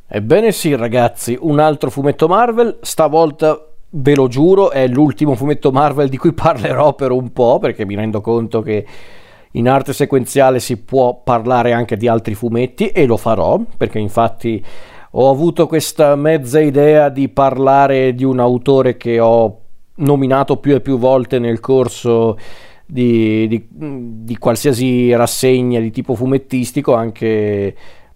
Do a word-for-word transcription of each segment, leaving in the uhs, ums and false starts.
Ebbene sì ragazzi, un altro fumetto Marvel, stavolta ve lo giuro è l'ultimo fumetto Marvel di cui parlerò per un po', perché mi rendo conto che in arte sequenziale si può parlare anche di altri fumetti e lo farò, perché infatti ho avuto questa mezza idea di parlare di un autore che ho nominato più e più volte nel corso di, di, di qualsiasi rassegna di tipo fumettistico, anche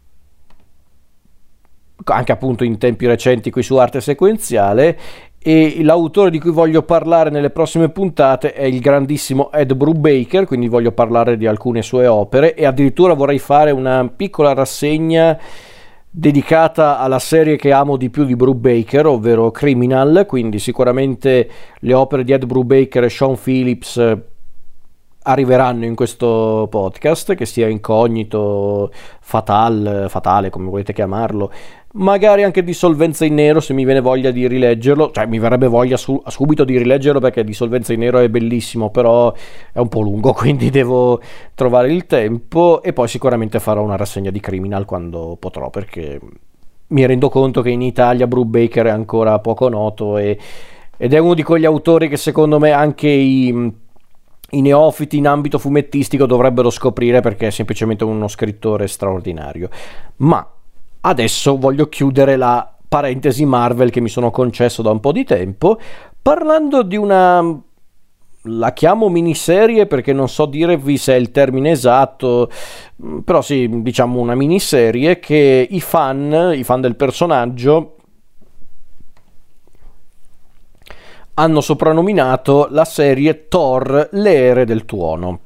anche appunto in tempi recenti qui su arte sequenziale, e l'autore di cui voglio parlare nelle prossime puntate è il grandissimo Ed Brubaker, quindi voglio parlare di alcune sue opere e addirittura vorrei fare una piccola rassegna dedicata alla serie che amo di più di Brubaker, ovvero Criminal. Quindi sicuramente le opere di Ed Brubaker e Sean Phillips arriveranno in questo podcast, che sia Incognito, Fatal, Fatale, come volete chiamarlo, magari anche Dissolvenza in Nero se mi viene voglia di rileggerlo, cioè mi verrebbe voglia su- subito di rileggerlo perché Dissolvenza in Nero è bellissimo, però è un po' lungo, quindi devo trovare il tempo, e poi sicuramente farò una rassegna di Criminal quando potrò, perché mi rendo conto che in Italia Brubaker è ancora poco noto e, ed è uno di quegli autori che secondo me anche i i neofiti in ambito fumettistico dovrebbero scoprire, perché è semplicemente uno scrittore straordinario. Ma adesso voglio chiudere la parentesi Marvel che mi sono concesso da un po' di tempo parlando di una, la chiamo miniserie perché non so dirvi se è il termine esatto, però sì, diciamo una miniserie che i fan, i fan del personaggio hanno soprannominato la serie Thor, le ere del tuono.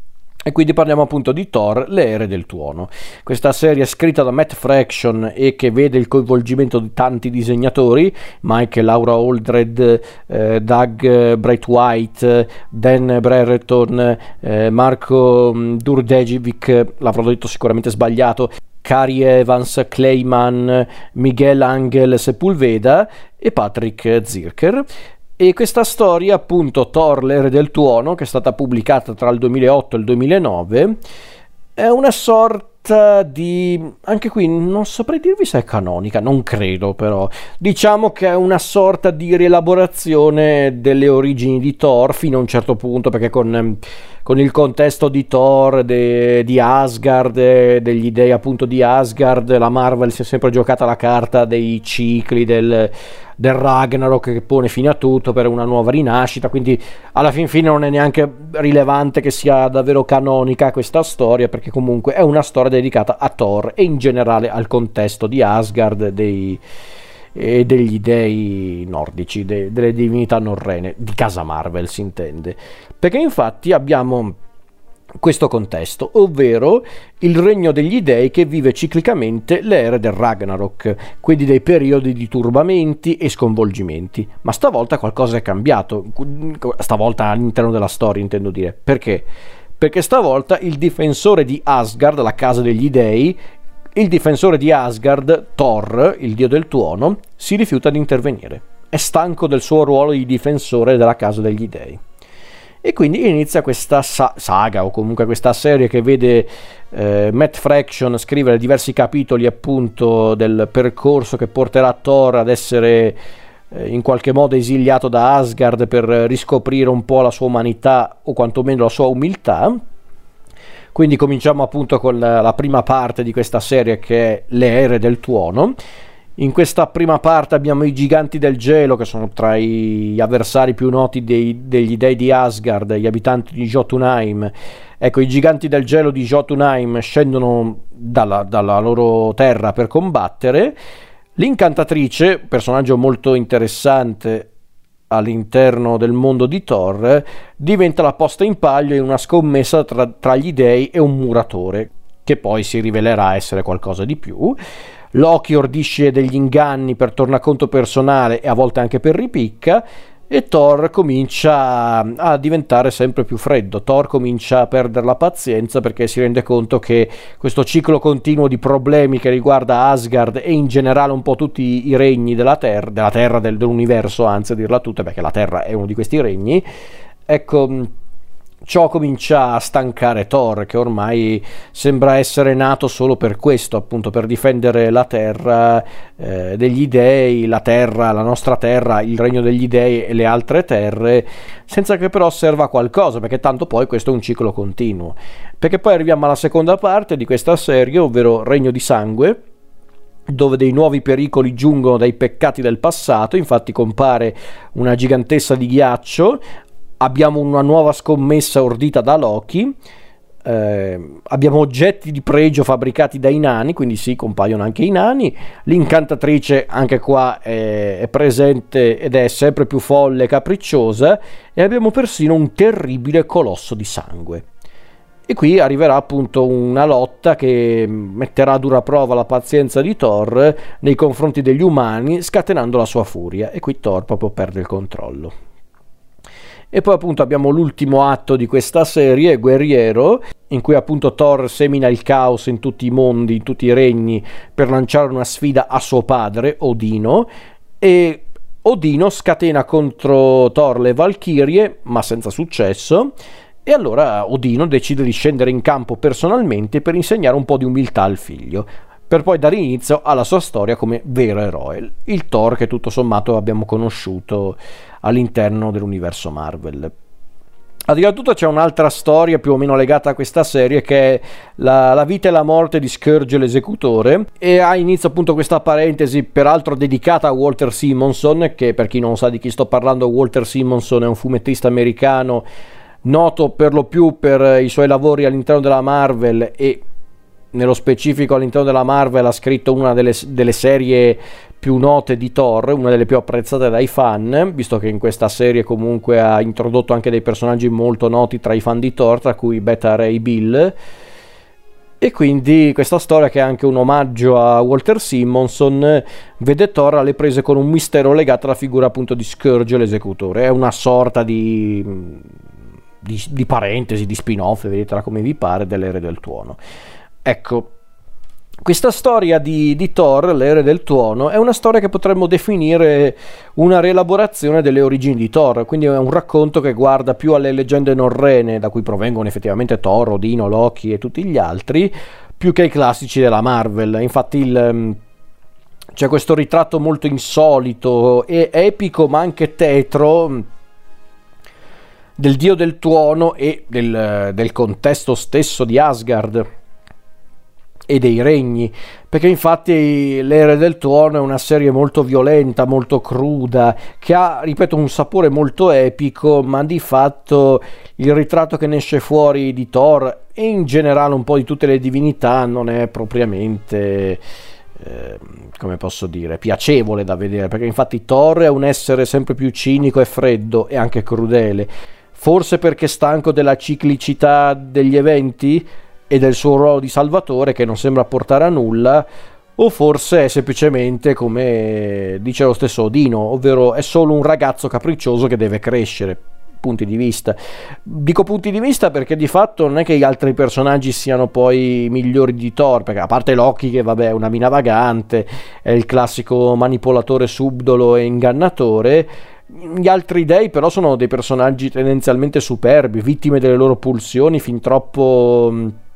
E quindi parliamo appunto di Thor, le ere del tuono. Questa serie è scritta da Matt Fraction e che vede il coinvolgimento di tanti disegnatori: Mike Laura Aldred, eh, Doug Braithwaite, Dan Brereton, eh, Marco Durdejevic, l'avrò detto sicuramente sbagliato, Cary Evans, Clayman, Miguel Angel Sepulveda e Patrick Zircher. E questa storia, appunto, Thor, l'ere del tuono, che è stata pubblicata tra il duemilaotto e il duemilanove, è una sorta di... anche qui non saprei dirvi se è canonica, non credo, però diciamo che è una sorta di rielaborazione delle origini di Thor fino a un certo punto, perché con, con il contesto di Thor, de, di Asgard, de, degli dei appunto di Asgard, la Marvel si è sempre giocata la carta dei cicli, del... del Ragnarok che pone fine a tutto per una nuova rinascita, quindi alla fin fine non è neanche rilevante che sia davvero canonica questa storia, perché comunque è una storia dedicata a Thor e in generale al contesto di Asgard dei, e degli dei nordici, de, delle divinità norrene, di casa Marvel si intende, perché infatti abbiamo questo contesto, ovvero il regno degli dei che vive ciclicamente le ere del Ragnarok, quindi dei periodi di turbamenti e sconvolgimenti. Ma stavolta qualcosa è cambiato, stavolta all'interno della storia intendo dire. Perché? Perché stavolta il difensore di Asgard, la casa degli dei, il difensore di Asgard, Thor, il dio del tuono, si rifiuta di intervenire. È stanco del suo ruolo di difensore della casa degli dei. E quindi inizia questa sa- saga o comunque questa serie che vede eh, Matt Fraction scrivere diversi capitoli appunto del percorso che porterà Thor ad essere eh, in qualche modo esiliato da Asgard per riscoprire un po' la sua umanità o quantomeno la sua umiltà. Quindi cominciamo appunto con la, la prima parte di questa serie, che è le ere del tuono. In questa prima parte abbiamo i giganti del gelo, che sono tra gli avversari più noti dei, degli dei di Asgard, gli abitanti di Jotunheim. Ecco, i giganti del gelo di Jotunheim scendono dalla, dalla loro terra per combattere. L'incantatrice, personaggio molto interessante all'interno del mondo di Thor, diventa la posta in palio in una scommessa tra, tra gli dei e un muratore, che poi si rivelerà essere qualcosa di più. Loki ordisce degli inganni per tornaconto personale e a volte anche per ripicca, e Thor comincia a diventare sempre più freddo. Thor comincia a perdere la pazienza perché si rende conto che questo ciclo continuo di problemi che riguarda Asgard e in generale un po' tutti i regni della Terra, della Terra del, dell'universo, anzi a dirla tutta, perché la Terra è uno di questi regni, ecco, ciò comincia a stancare Thor, che ormai sembra essere nato solo per questo, appunto per difendere la terra eh, degli dei, la terra, la nostra terra, il regno degli dei e le altre terre, senza che però serva a qualcosa, perché tanto poi questo è un ciclo continuo. Perché poi arriviamo alla seconda parte di questa serie, ovvero Regno di Sangue, dove dei nuovi pericoli giungono dai peccati del passato. Infatti compare una gigantessa di ghiaccio, abbiamo una nuova scommessa ordita da Loki, eh, abbiamo oggetti di pregio fabbricati dai nani, quindi sì, compaiono anche i nani, l'incantatrice anche qua è, è presente ed è sempre più folle e capricciosa, e abbiamo persino un terribile colosso di sangue. E qui arriverà appunto una lotta che metterà a dura prova la pazienza di Thor nei confronti degli umani, scatenando la sua furia, e qui Thor proprio perde il controllo. E poi appunto abbiamo l'ultimo atto di questa serie, Guerriero, in cui appunto Thor semina il caos in tutti i mondi, in tutti i regni, per lanciare una sfida a suo padre, Odino, e Odino scatena contro Thor le Valchirie, ma senza successo, e allora Odino decide di scendere in campo personalmente per insegnare un po' di umiltà al figlio, per poi dare inizio alla sua storia come vero eroe, il Thor che tutto sommato abbiamo conosciuto all'interno dell'universo Marvel. A dire tutto c'è un'altra storia più o meno legata a questa serie, che è la, la vita e la morte di Scourge l'esecutore, e ha inizio appunto questa parentesi peraltro dedicata a Walter Simonson, che per chi non sa di chi sto parlando, Walter Simonson è un fumettista americano noto per lo più per i suoi lavori all'interno della Marvel, e nello specifico all'interno della Marvel ha scritto una delle, delle serie più note di Thor, una delle più apprezzate dai fan, visto che in questa serie comunque ha introdotto anche dei personaggi molto noti tra i fan di Thor, tra cui Beta Ray Bill. E quindi questa storia, che è anche un omaggio a Walter Simonson, vede Thor alle prese con un mistero legato alla figura appunto di Scourge l'esecutore. È una sorta di, di, di parentesi, di spin-off, vedetela come vi pare, dell'Ere del Tuono. Ecco, questa storia di, di Thor, l'Ere del Tuono, è una storia che potremmo definire una rielaborazione delle origini di Thor, quindi è un racconto che guarda più alle leggende norrene, da cui provengono effettivamente Thor, Odino, Loki e tutti gli altri, più che ai classici della Marvel. Infatti il, c'è questo ritratto molto insolito e epico, ma anche tetro, del dio del tuono e del, del contesto stesso di Asgard e dei regni, perché infatti l'Ere del Tuono è una serie molto violenta, molto cruda, che ha, ripeto, un sapore molto epico, ma di fatto il ritratto che ne esce fuori di Thor e in generale un po' di tutte le divinità non è propriamente, eh, come posso dire, piacevole da vedere, perché infatti Thor è un essere sempre più cinico e freddo e anche crudele, forse perché stanco della ciclicità degli eventi e del suo ruolo di salvatore che non sembra portare a nulla, o forse è semplicemente, come dice lo stesso Odino, ovvero è solo un ragazzo capriccioso che deve crescere. Punti di vista. Dico punti di vista perché di fatto non è che gli altri personaggi siano poi migliori di Thor, perché a parte Loki, che vabbè è una mina vagante, è il classico manipolatore subdolo e ingannatore, gli altri dei però sono dei personaggi tendenzialmente superbi, vittime delle loro pulsioni fin troppo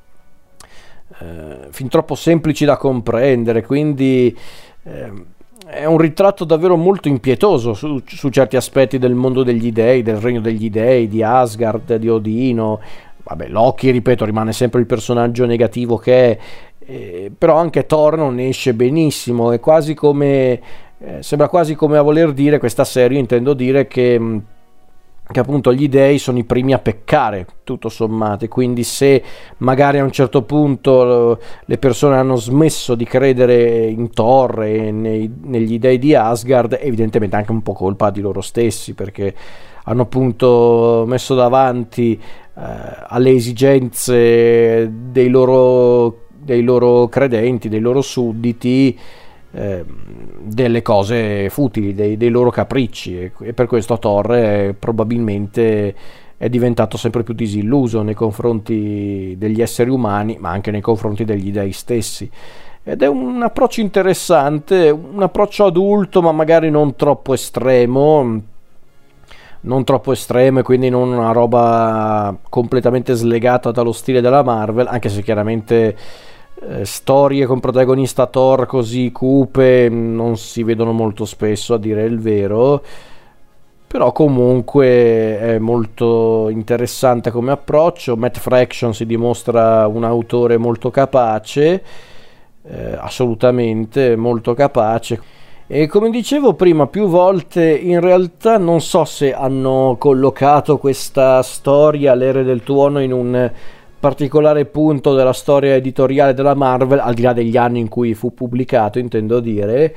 eh, fin troppo semplici da comprendere, quindi eh, è un ritratto davvero molto impietoso su, su certi aspetti del mondo degli dei, del regno degli dei, di Asgard, di Odino. Vabbè, Loki, ripeto, rimane sempre il personaggio negativo che è, eh, però anche Thor non ne esce benissimo, è quasi come eh, sembra quasi come a voler dire questa serie, intendo dire che che appunto gli dei sono i primi a peccare, tutto sommato, e quindi se magari a un certo punto le persone hanno smesso di credere in Thor e nei, negli dei di Asgard, è evidentemente anche un po' colpa di loro stessi, perché hanno appunto messo davanti eh, alle esigenze dei loro, dei loro credenti, dei loro sudditi, Eh, delle cose futili, dei, dei loro capricci, e, e per questo Thor è, probabilmente è diventato sempre più disilluso nei confronti degli esseri umani, ma anche nei confronti degli dei stessi, ed è un approccio interessante, un approccio adulto ma magari non troppo estremo, non troppo estremo e quindi non una roba completamente slegata dallo stile della Marvel, anche se chiaramente eh, storie con protagonista Thor così cupe non si vedono molto spesso, a dire il vero. Però comunque è molto interessante come approccio. Matt Fraction si dimostra un autore molto capace, eh, assolutamente molto capace. E come dicevo prima più volte, in realtà non so se hanno collocato questa storia, l'Ere del Tuono, in un particolare punto della storia editoriale della Marvel, al di là degli anni in cui fu pubblicato, intendo dire.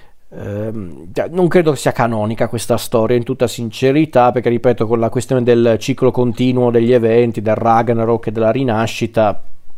Non credo che sia canonica questa storia, in tutta sincerità, perché ripeto, con la questione del ciclo continuo degli eventi, del Ragnarok e della rinascita,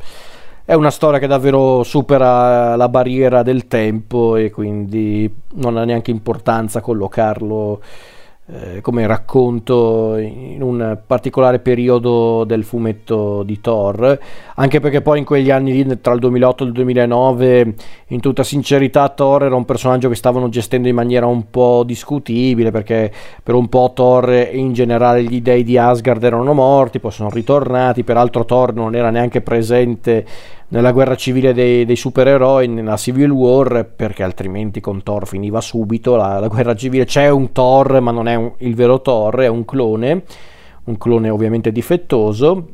è una storia che davvero supera la barriera del tempo e quindi non ha neanche importanza collocarlo eh, come racconto in un particolare periodo del fumetto di Thor, anche perché poi in quegli anni lì, tra il duemilaotto e il duemilanove, in tutta sincerità Thor era un personaggio che stavano gestendo in maniera un po' discutibile, perché per un po' Thor e in generale gli dei di Asgard erano morti, poi sono ritornati. Peraltro Thor non era neanche presente nella guerra civile dei, dei supereroi, nella Civil War, perché altrimenti con Thor finiva subito la, la guerra civile. C'è un Thor, ma non è un, il vero Thor, è un clone, un clone ovviamente difettoso.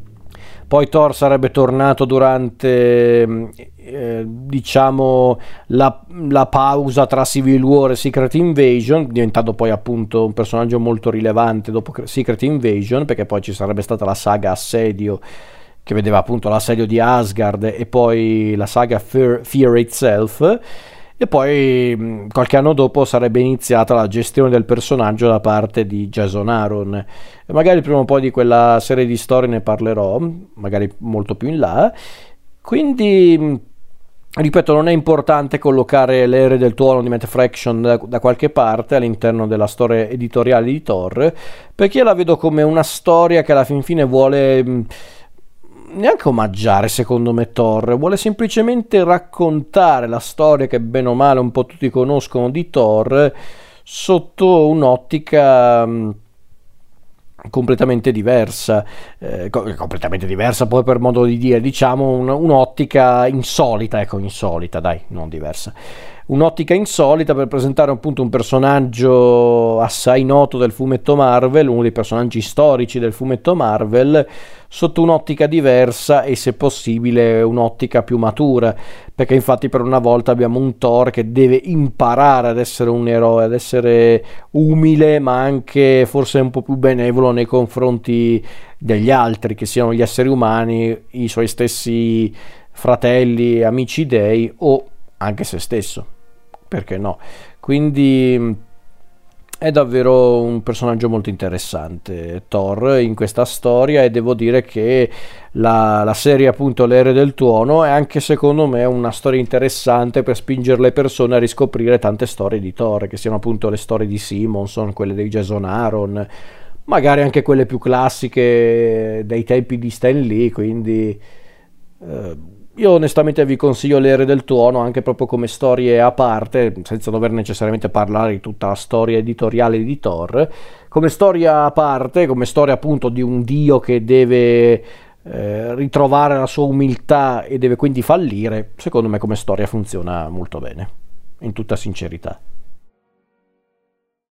Poi Thor sarebbe tornato durante eh, diciamo la, la pausa tra Civil War e Secret Invasion, diventando poi appunto un personaggio molto rilevante dopo Secret Invasion, perché poi ci sarebbe stata la saga Assedio, che vedeva appunto l'assedio di Asgard, e poi la saga Fear, Fear Itself, e poi qualche anno dopo sarebbe iniziata la gestione del personaggio da parte di Jason Aaron. E magari prima o poi di quella serie di storie ne parlerò, magari molto più in là. Quindi ripeto, non è importante collocare l'Ere del Tuono di Matt Fraction da, da qualche parte all'interno della storia editoriale di Thor, perché io la vedo come una storia che alla fin fine vuole neanche omaggiare, secondo me, Thor, vuole semplicemente raccontare la storia che bene o male un po' tutti conoscono di Thor sotto un'ottica mh, completamente diversa, eh, co- completamente diversa poi per modo di dire, diciamo un, un'ottica insolita, ecco, insolita, dai, non diversa. Un'ottica insolita per presentare appunto un personaggio assai noto del fumetto Marvel, uno dei personaggi storici del fumetto Marvel, sotto un'ottica diversa e, se possibile, un'ottica più matura, perché infatti per una volta abbiamo un Thor che deve imparare ad essere un eroe, ad essere umile, ma anche forse un po' più benevolo nei confronti degli altri, che siano gli esseri umani, i suoi stessi fratelli, amici dei, o anche se stesso. Perché no? Quindi è davvero un personaggio molto interessante Thor in questa storia, e devo dire che la, la serie appunto l'Ere del Tuono è anche secondo me una storia interessante per spingere le persone a riscoprire tante storie di Thor, che siano appunto le storie di Simonson, quelle di Jason Aaron, magari anche quelle più classiche dei tempi di Stan Lee. Quindi eh, io onestamente vi consiglio l'Ere del Tuono anche proprio come storie a parte, senza dover necessariamente parlare di tutta la storia editoriale di Thor, come storia a parte, come storia appunto di un dio che deve eh, ritrovare la sua umiltà e deve quindi fallire. Secondo me come storia funziona molto bene, in tutta sincerità.